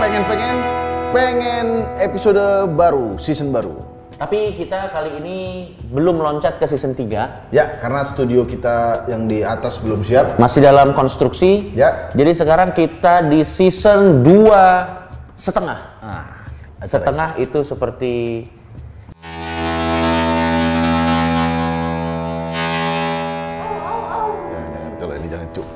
pengen episode baru, season baru. Tapi kita kali ini belum loncat ke season 3. Ya, karena studio kita yang di atas belum siap. Masih dalam konstruksi. Ya. Jadi sekarang kita di season 2,5. Setengah itu seperti Kalau ini jangan cuk.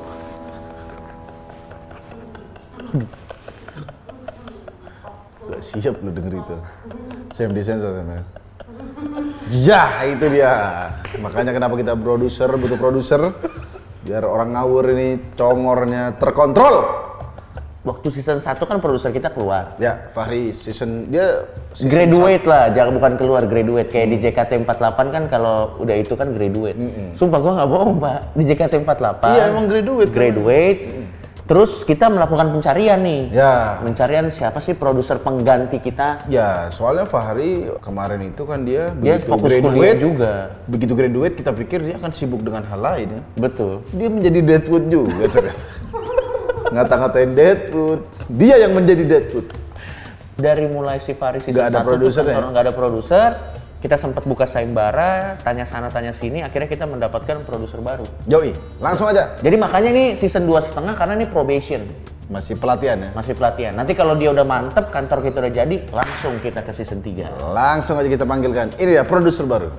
Gak siap lu denger itu. Same disensor kan. Ya, itu dia. Makanya kenapa kita butuh produser biar orang ngawur ini congornya terkontrol. waktu season 1 kan produser kita keluar. Ya, Fahri season Graduate lah, jangan bukan keluar, graduate. Kayak di JKT48 kan kalau udah itu kan graduate. Sumpah gua nggak bohong, Pak. Di JKT48. Iya, emang graduate. Graduate. Terus kita melakukan pencarian nih. Ya. Pencarian siapa sih produser pengganti kita? Ya, soalnya Fahri kemarin itu kan dia begitu fokus kuliah juga. Begitu graduate kita pikir dia akan sibuk dengan hal lain ya. Betul. Dia menjadi Deadwood juga ternyata. Ngata-ngatain Deadwood. Dia yang menjadi Deadwood. Dari mulai si Fahri season 1 nggak ada produser ya? Nggak ada produser. Kita sempat buka sayembara, tanya sana tanya sini, akhirnya kita mendapatkan produser baru. Yoi, langsung aja. Jadi makanya ini season 2,5 karena ini probation. Masih pelatihan ya? Masih pelatihan. Nanti kalau dia udah mantep, kantor kita udah jadi, langsung kita ke season 3. Langsung aja kita panggilkan. Ini ya produser baru.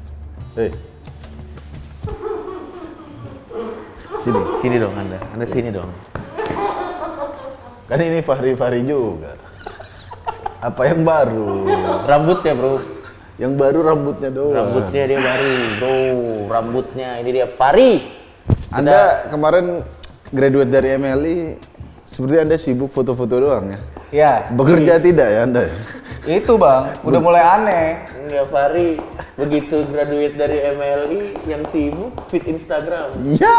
Sini dong Anda. Anda sini dong. Kan ini Fahri juga. Apa yang baru? Rambutnya, Bro. Yang baru rambutnya doang. Rambutnya dia baru. Tuh, rambutnya ini dia Fahri. Anda kemarin graduate dari MLI, seperti Anda sibuk foto-foto doang ya? Ya. Bekerja tidak ya Anda? Itu Bang, udah mulai aneh. Enggak, Fahri. Begitu graduate dari MLI, yang sibuk feed Instagram. Iya.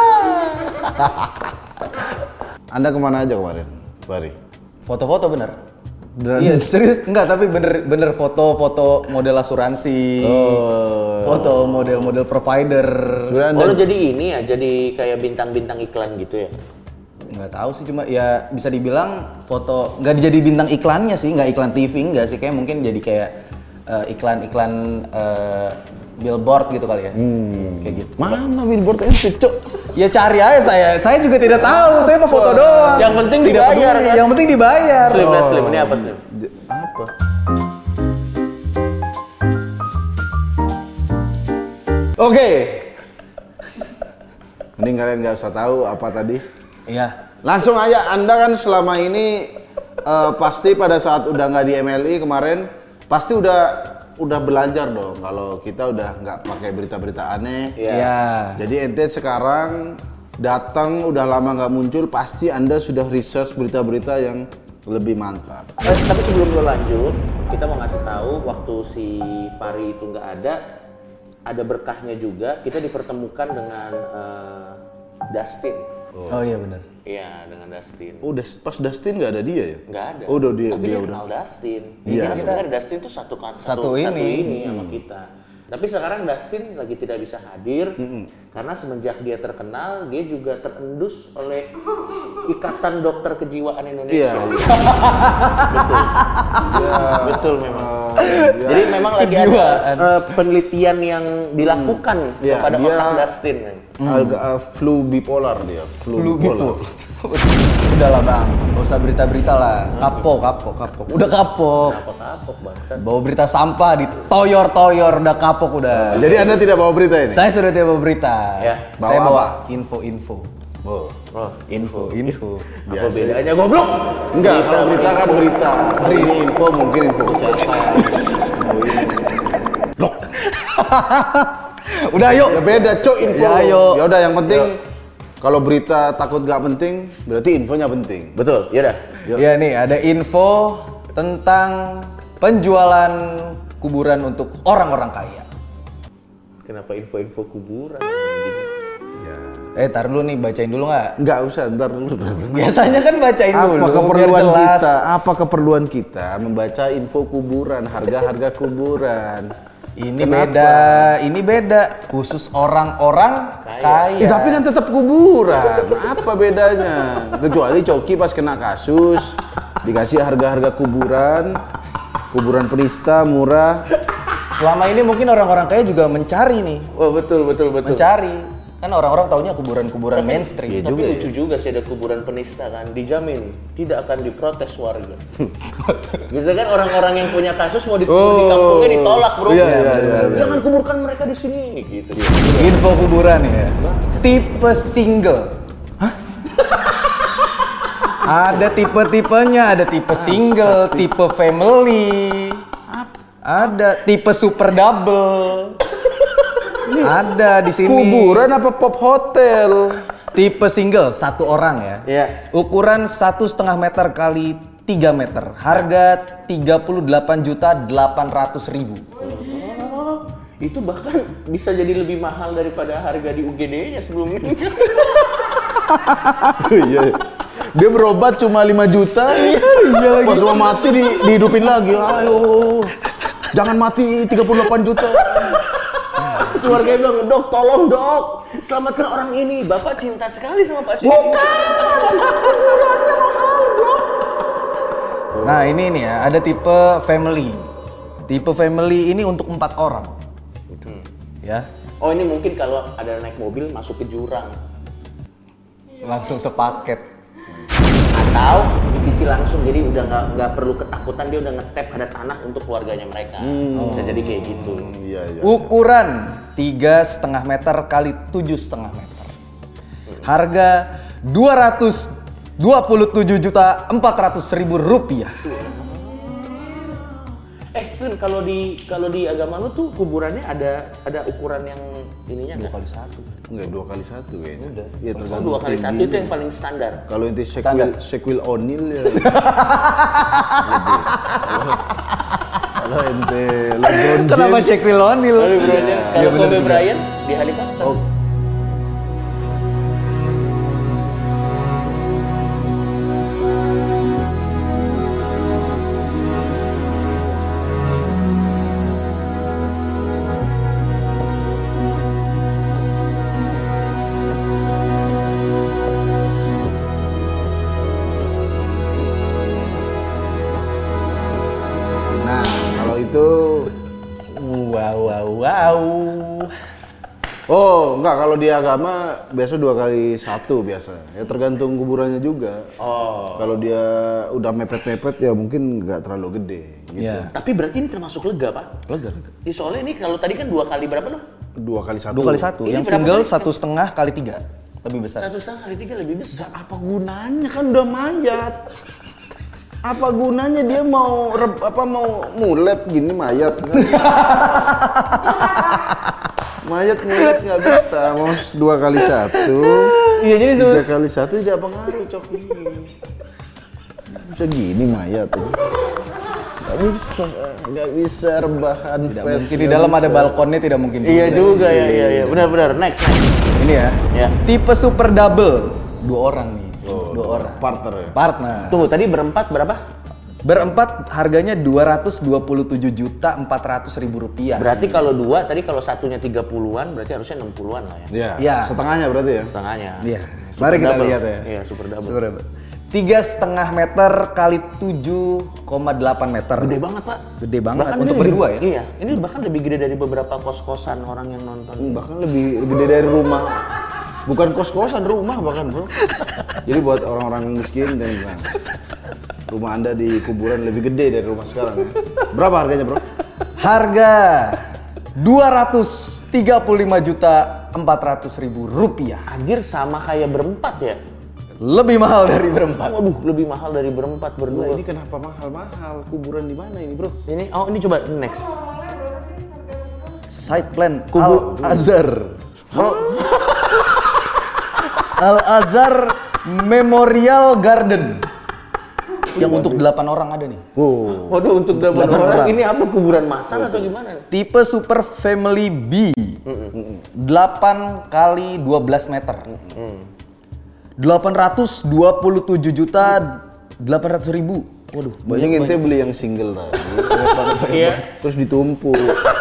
Anda kemana aja kemarin, Fahri? Foto-foto bener? Dan Iya serius, enggak tapi bener foto model asuransi, foto model provider. sebenarnya Lu jadi ini ya, jadi kayak bintang-bintang iklan gitu ya? Nggak tahu sih, cuma ya bisa dibilang foto, nggak jadi bintang iklannya sih, nggak iklan TV nggak sih, kayak mungkin jadi kayak iklan billboard gitu kali ya, kayak gitu. mana billboard itu, Cok? Ya cari aja saya juga tidak tahu, saya mau foto doang. Yang penting Tidak dibayar, peduli, kan? yang penting dibayar. Slim, lihat Slim. Ini apa Slim? Apa? Oke. Mending kalian nggak usah tahu apa tadi. Iya. Langsung aja, Anda kan selama ini pasti pada saat udah nggak di MLI kemarin, pasti udah belajar dong kalau kita udah nggak pakai berita-berita aneh. Iya. Jadi ente sekarang datang udah lama nggak muncul, pasti Anda sudah research berita-berita yang lebih mantap. Tapi sebelum lo lanjut, kita mau ngasih tahu waktu si Fahri itu nggak ada berkahnya juga. Kita dipertemukan dengan Dustin. Oh iya benar. Iya, dengan Dustin. Oh, pas Dustin nggak ada dia ya? Nggak ada. Oh, udah dia Tapi dia udah. kenal Dustin. Iya. Kita sebenarnya Dustin tuh satu ini sama kita. Tapi sekarang Dustin lagi tidak bisa hadir karena semenjak dia terkenal, dia juga terendus oleh Ikatan Dokter Kejiwaan Indonesia. Iya. Betul. Betul memang. Jadi memang lagi ada penelitian yang dilakukan Iya, kepada dia- otak Dustin. Flu bipolar dia. Flu bipolar. Udahlah Bang, gak usah berita-berita lah. Kapok. Udah kapok. Kapok banget. Bawa berita sampah, ditoyor-toyor, udah kapok udah. Jadi Anda tidak bawa berita ini? Saya sudah tidak bawa berita. Ya. Saya Bawa bawa apa? info-info. Oh, info. Apa Biasa. bedanya goblok? Enggak, kalau berita kan berita. Ini info mungkin info kesehatan. Udah yuk. Ya beda, Cok, info. Ya, ayo. Ya udah, yang penting kalau berita takut gak penting, berarti infonya penting. Betul, yaudah. Yuk. Ya nih ada info tentang penjualan kuburan untuk orang-orang kaya. Kenapa info-info kuburan? Tar dulu nih, bacain dulu nggak? Enggak usah, ntar dulu. Biasanya kan bacain Apa dulu biar keperluan jelas. kita? Apa keperluan kita membaca info kuburan, harga-harga kuburan? Ini Kenapa? ini beda. Khusus orang-orang kaya. Tapi kan tetap kuburan. Apa bedanya? Kecuali Coki pas kena kasus, Dikasih harga-harga kuburan penista murah. Selama ini mungkin orang-orang kaya juga mencari nih. Oh betul. Mencari. Kan orang-orang taunya kuburan-kuburan mainstream. Tapi lucu juga sih ada kuburan penista kan, dijamin tidak akan diprotes warga. Biasanya kan orang-orang yang punya kasus mau dikubur di kampungnya ditolak bro. Iya. Jangan kuburkan mereka di sini gitu. Info kuburan ya. Tipe single. Hah? Ada tipe-tipenya, ada tipe single, tipe family. Ada tipe super double. Ada di sini. Kuburan apa pop hotel? Tipe single 1 orang ya. Iya. Ukuran 1,5 meter kali 3 meter. Harga 38.800.000. Itu bahkan bisa jadi lebih mahal daripada harga di UGD-nya sebelumnya. Iya. Dia berobat cuma 5 juta. Iya lagi. Pas mau mati dihidupin lagi. Ayo. Jangan mati 38 juta. Keluarga bilang, dok tolong dok, selamatkan orang ini. Bapak cinta sekali sama pasien. Nah ini nih ya, ada tipe family. Tipe family ini untuk 4 orang. Ya. Oh ini mungkin kalau ada naik mobil masuk ke jurang. Langsung sepaket. Atau dicicil langsung, jadi udah nggak perlu ketakutan, dia udah nge-tap ada tanah untuk keluarganya mereka. Bisa jadi kayak gitu. Iya. Ukuran 3,5 meter kali 7,5 meter. Harga 227.400.000 rupiah. Slim, kalau di agama lu tuh kuburannya ada ukuran yang ininya nggak? 2 kali 1. Enggak 2 kali 1 kayaknya. Udah. Iya Oh, tergantung. 2 kali 1 itu yang paling standar. Kalau inti Shaquille O'Neal ya. Kalau ente LeBron James. Kenapa Shaquille O'Neal? Kalau Kobe Bryant di helikopter. Oh. Nah, kalau itu Wow. oh, enggak, kalau di agama biasa 2 kali 1 biasa. Ya tergantung kuburannya juga. Oh. Kalau dia udah mepet-mepet ya mungkin nggak terlalu gede gitu. Iya. Tapi berarti ini termasuk lega pak? Lega. Ya, soalnya ini kalau tadi kan 2 kali berapa loh? 2 kali 1. 2 kali 1. Ini Yang berapa single kali? 1,5 kali 3. Lebih besar. 1,5 kali 3 lebih besar. Apa gunanya, kan udah mayat. Apa gunanya dia mau mau mulet gini mayat kan? Mayat nggak bisa, mau 2 kali 1. Iya jadi 3 kali 1 tidak pengaruh cok ini. Bisa gini mayat. Nggak bisa rebahan. Tidak mungkin di dalam ada balkonnya, tidak mungkin. Iya juga ya. Benar. Next. Ini ya. Ya. Tipe super double. 2 orang nih. 2 orang. Partner ya. Partner. Tunggu tadi berempat berapa? Berempat harganya 227.400.000 rupiah. Berarti kalau 2 tadi kalau satunya 30-an berarti harusnya 60-an lah ya. Iya. Iya. Setengahnya berarti ya. Setengahnya. Iya. Super Mari kita double. lihat ya. Iya, super double. 3,5 meter kali 7,8 meter. Gede banget pak. Gede banget Bahkan untuk ini berdua lebih- ya. Iya, ini bahkan lebih gede dari beberapa kos-kosan orang yang nonton. Bahkan lebih gede dari rumah. Bukan kos-kosan, rumah bahkan bro. Jadi buat orang-orang miskin dan rumah Anda di kuburan lebih gede dari rumah sekarang ya. Berapa harganya bro? Harga 235.400.000 rupiah. Anjir sama kayak berempat ya? Lebih mahal dari berempat. Waduh, lebih mahal dari berempat Nah, berdua. ini kenapa mahal-mahal? Kuburan di mana ini bro? Ini coba next. Side plan Al-Azhar. Al-Azhar Memorial Garden. Yang untuk 8 orang ada nih. Oh, Waduh, untuk 8 8 orang orang. ini apa kuburan masal atau gimana? Tipe Super Family B. 8 kali 12 meter. 827.800.000. Waduh, banyak ente beli yang single tadi. Iya. Terus ditumpuk.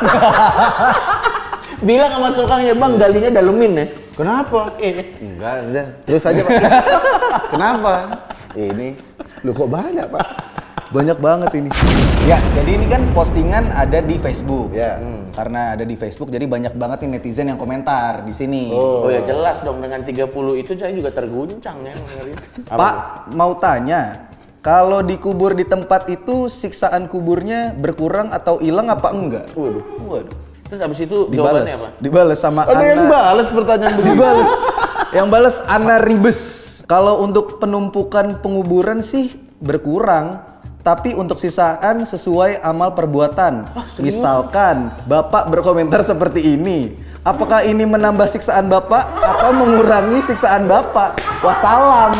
Bilang sama tukangnya, bang galinya dalemin ya. Kenapa? Iya. Enggak, udah. Terus aja pak. Kenapa? Ini Loh kok banyak, Pak? Banyak banget ini. Ya, jadi ini kan postingan ada di Facebook. Ya. Karena ada di Facebook, jadi banyak banget nih netizen yang komentar di sini. Oh ya jelas dong, dengan 30 itu saya juga terguncang ya dengerin. Pak, mau tanya, kalau dikubur di tempat itu siksaan kuburnya berkurang atau hilang apa enggak? Waduh. Terus abis itu jawabannya apa? Dibales sama Ada Ana. yang balas pertanyaan begitu. Dibales. Yang balas Ana Ribes. Kalau untuk penumpukan penguburan sih berkurang, tapi untuk sisaan sesuai amal perbuatan. Misalkan Bapak berkomentar seperti ini, apakah ini menambah siksaan Bapak atau mengurangi siksaan Bapak? Wassalam.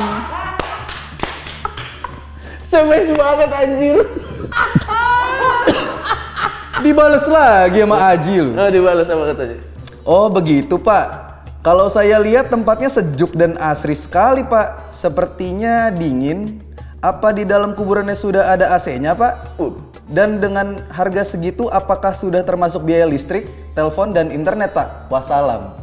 Semen banget anjir. Dibales lagi sama Ajil. Oh dibalas sama katanya. Oh begitu Pak. Kalau saya lihat tempatnya sejuk dan asri sekali Pak. Sepertinya dingin. Apa di dalam kuburannya sudah ada AC-nya Pak? Dan dengan harga segitu apakah sudah termasuk biaya listrik, telepon dan internet Pak? Wassalam.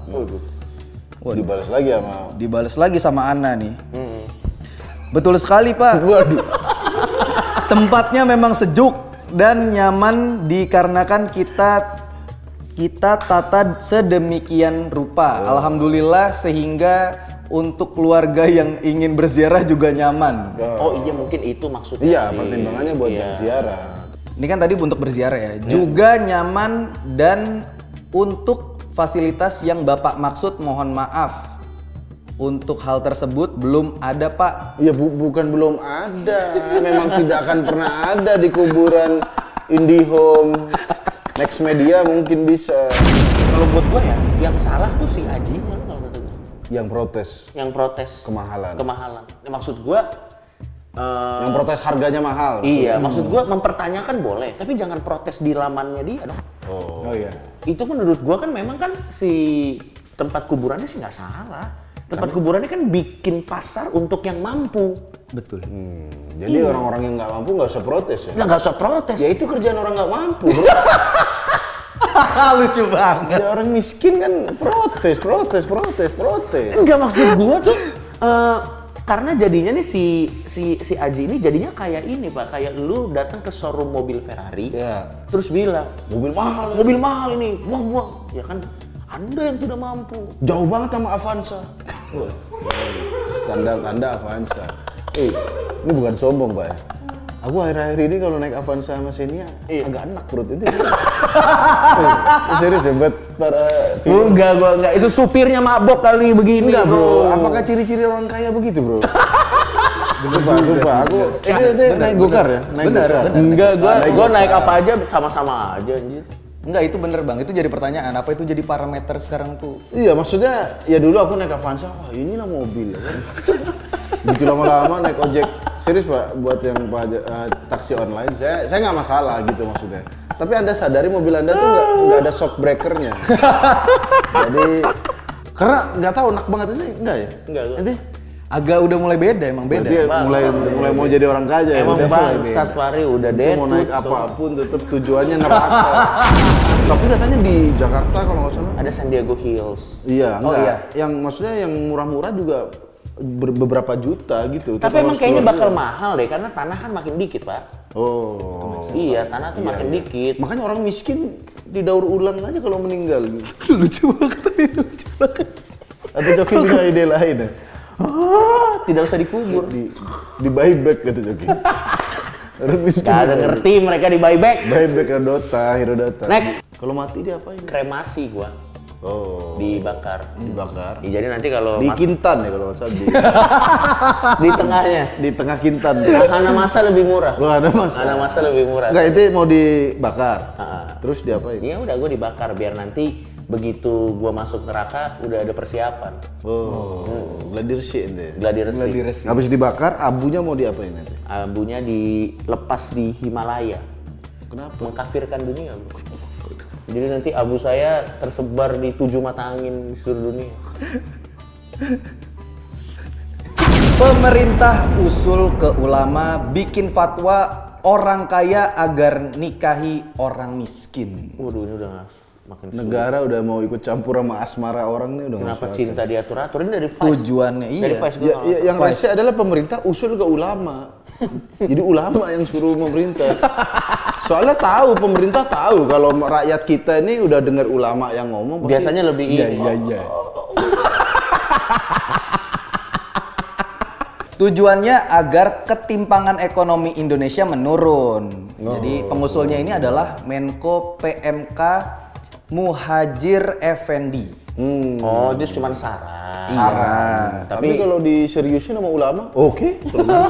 Dibales lagi sama Ana nih. Betul sekali Pak. Tempatnya memang sejuk dan nyaman dikarenakan kita tata sedemikian rupa. Alhamdulillah sehingga untuk keluarga yang ingin berziarah juga nyaman. Oh iya mungkin itu maksudnya. Iya, pertimbangannya buat yang ziarah. Ini kan tadi untuk berziarah ya. Juga nyaman dan untuk fasilitas yang Bapak maksud mohon maaf. Untuk hal tersebut belum ada Pak. Ya bukan belum ada, memang tidak akan pernah ada di kuburan IndiHome. Next Media mungkin bisa. Kalau buat gua ya, yang salah tuh si Aji kalau kata gua. Yang protes Yang protes kemahalan. Ini maksud gua Yang protes harganya mahal. iya, maksud gua mempertanyakan boleh, tapi jangan protes di lamannya dia dong. Oh iya. Itu menurut gua kan memang kan si tempat kuburannya sih nggak salah. Tempat kuburannya kan bikin pasar untuk yang mampu. Betul. Jadi orang-orang yang nggak mampu nggak usah protes ya? Nah nggak usah protes. Ya itu kerjaan orang nggak mampu. Bro. Lucu banget. Ya orang miskin kan protes. Enggak maksud gua tuh karena jadinya nih si Aji ini jadinya kayak ini Pak, kayak lu datang ke showroom mobil Ferrari, terus bilang mobil mahal ini, buang. Ya kan Anda yang tidak mampu. Jauh banget sama Avanza. Standar Anda Avanza. Ini bukan sombong Pak ya. Aku akhir-akhir ini kalau naik Avanza sama Xenia agak enak perut itu. Serius ya buat para Enggak, itu supirnya mabok kali begini. Enggak bro, apakah ciri-ciri orang kaya begitu bro? Sumpah, aku ini naik gokar ya? Bener. Enggak, gua naik apa aja sama-sama aja anjir. Enggak, itu bener Bang. Itu jadi pertanyaan. Apa itu jadi parameter sekarang tuh? Iya, maksudnya ya dulu aku naik Avanza, wah inilah mobil ya kan. Begitu lama-lama naik ojek. Serius Pak, buat yang taksi online, saya nggak masalah gitu maksudnya. Tapi Anda sadari mobil Anda tuh nggak ada shock breakernya. Jadi karena nggak tahu enak banget ini enggak ya? Enggak. Nanti Agak udah mulai beda, emang beda. dia mulai mau jadi orang kaya. Emang udah mulai beda. bangsat Fahri udah Itu dead. mau naik apapun tetap tujuannya neraka. Tapi katanya di Jakarta kalau nggak salah. Ada San Diego Hills. Iya, Oh, enggak. iya. Yang maksudnya yang murah-murah juga beberapa juta gitu. Tapi Kalau emang kayaknya keluar bakal juga. mahal deh, karena tanah kan makin dikit Pak. Oh. Iya, tanah tuh makin dikit. Makanya orang miskin didaur ulang aja kalau meninggal gitu. Lucu banget. Atau Joki punya ide lain ya? Tidak usah dikubur. Di buyback kata Joki. Orang miskin. Gak ada ngerti mereka di buyback. Buyback Hero Dota. Next. Kalau mati dia apain? Kremasi gua. Oh. Dibakar. Dibakar. Ya, jadi nanti kalau Di Kintan ya kalau nggak salah. di tengahnya. Di tengah Kintan. Hana Masa lebih murah. Wah, ada mas. Hana Masa lebih murah. Enggak, itu mau dibakar. Ah. Terus diapain? Ya udah gua dibakar biar nanti begitu gua masuk neraka udah ada persiapan. Oh, gladi resi ente. Gladi resi. Habis dibakar, abunya mau diapain nanti? Abunya dilepas di Himalaya. Kenapa? Mengkafirkan dunia, bro. Jadi nanti abu saya tersebar di 7 mata angin di seluruh dunia. Pemerintah usul ke ulama bikin fatwa orang kaya agar nikahi orang miskin. Waduh, ini udah makin Negara udah mau ikut campur sama asmara orang nih udah nggak Kenapa masuk cinta diatur-atur? Ini dari Vice. Tujuannya Dari iya. Vice Ya, yang rese adalah pemerintah usul ke ulama. Jadi ulama yang suruh pemerintah. Soalnya tahu, pemerintah tahu kalau rakyat kita ini udah dengar ulama yang ngomong. pasti- Biasanya lebih ini. Iya. Tujuannya agar ketimpangan ekonomi Indonesia menurun. Jadi pengusulnya ini adalah Menko PMK Muhadjir Effendi. Oh, dia cuma saran. Saran. Tapi kalau diseriusin sama ulama, oke.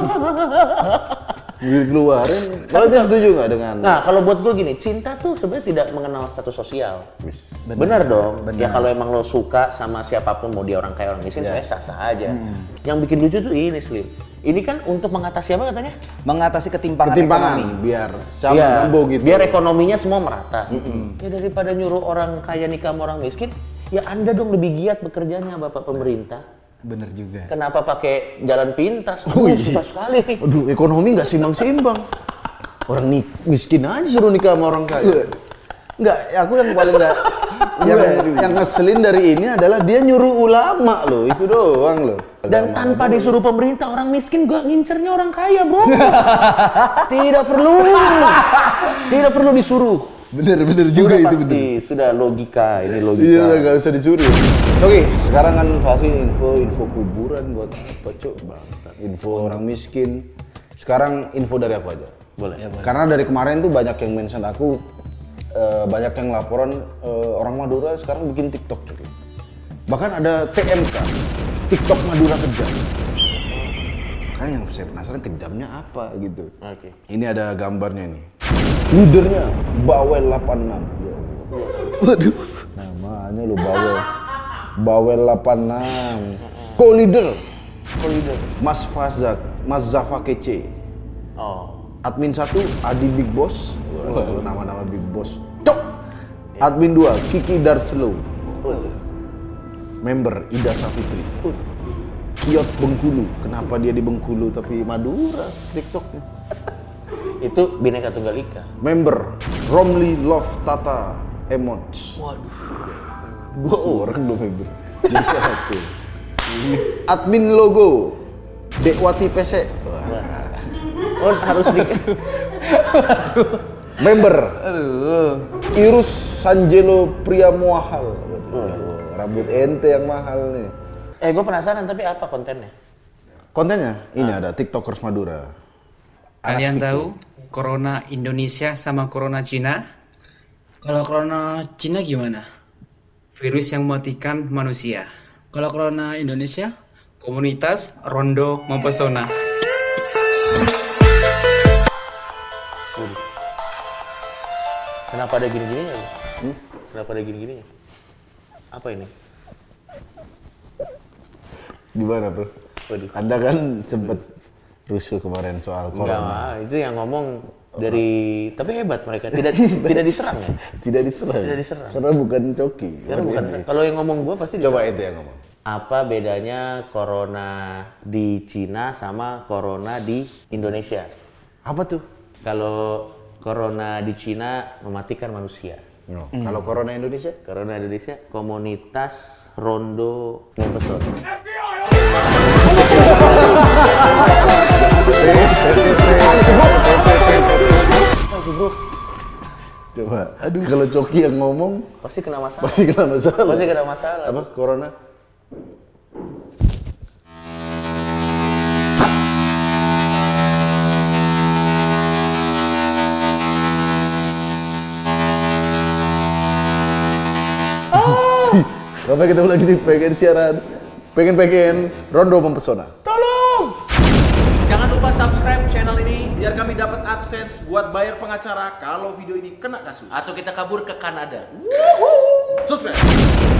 Dikeluarin. Kalau dia setuju nggak dengan? Nah, kalau buat gue gini, cinta tuh sebenarnya tidak mengenal status sosial. Benar dong. Ya kalau emang lo suka sama siapapun, mau dia orang kaya orang miskin, saya sah-sah aja. Yang bikin lucu tuh ini Slim. Ini kan untuk mengatasi apa katanya? Mengatasi ketimpangan Ketimpangan, ekonomi. biar campur gitu. Biar ekonominya semua merata. Ya daripada nyuruh orang kaya nikah sama orang miskin, ya Anda dong lebih giat bekerjanya Bapak pemerintah. Bener juga. Kenapa pakai jalan pintas? Susah sekali. Aduh, ekonomi nggak simbang-simbang. Orang miskin aja suruh nikah sama orang kaya. Enggak, aku yang paling nggak yang ngeselin dari ini adalah dia nyuruh ulama loh, itu doang loh. Dan tanpa disuruh pemerintah, orang miskin gua ngincernya orang kaya, bro. Tidak perlu disuruh. Bener juga Sudah itu pasti, bener. sudah logika, ini logika. Iya, udah nggak usah dicuri. Oke, sekarang kan pasti info kuburan buat apa cok bangsa. Info orang miskin. Sekarang info dari aku aja. Boleh. Karena dari kemarin tuh banyak yang mention aku, banyak yang laporan orang Madura sekarang bikin TikTok cuy. Bahkan ada TMK, TikTok Madura kejam. Makanya yang saya penasaran kejamnya apa gitu. Oke. Ini ada gambarnya nih. Leadernya Bawel 86. Waduh. Namanya lu Bawel. Bawel 86. Co-leader Mas Fazak, Mas Zafa Kece. Oh. Admin 1 Adi Big Boss. Waduh, nama-nama Big Boss. Cok. Admin 2 Kiki Darselo. Member Ida Safitri. Kiot Bengkulu. Kenapa dia di Bengkulu tapi Madura TikToknya? Itu Bhinneka Tunggal Ika. Member Romli Love Tata Emots. Waduh. 2 orang loh member. Jadi satu. Admin logo Dekwati Pesek. Oh, harus di Member Irus Sanjelo Priamuahal. Waduh, rambut ente yang mahal nih. gue penasaran tapi apa kontennya? Kontennya ini ada TikTokers Madura. Kalian tahu corona Indonesia sama corona Cina? Kalau corona Cina gimana? Virus yang mematikan manusia. Kalau corona Indonesia? Komunitas Rondo Mempesona. Kenapa ada gini-gininya? Kenapa ada gini-gininya? Apa ini? Gimana bro? Waduh. Anda kan sempet rusuh kemarin soal Enggak, corona. itu yang ngomong dari tapi hebat mereka tidak diserang ya. Tidak diserang. Tidak diserang. Karena bukan coki. Karena bukan kalau yang ngomong gua pasti Coba diserang. ente yang ngomong. Apa bedanya corona di Cina sama corona di Indonesia? Apa tuh? Kalau corona di Cina mematikan manusia. No. Kalau corona Indonesia? Corona Indonesia komunitas Rondo Mempesona. Coba. Aduh. Kalau coki yang ngomong Pasti kena masalah. pasti kena masalah. Pasti kena masalah. Apa? Corona? Sampai ketemu lagi di pengen siaran. Pengen Rondo Mempesona. Jangan lupa subscribe channel ini Biar kami dapat AdSense buat bayar pengacara kalau video ini kena kasus. atau kita kabur ke Kanada. Subscribe.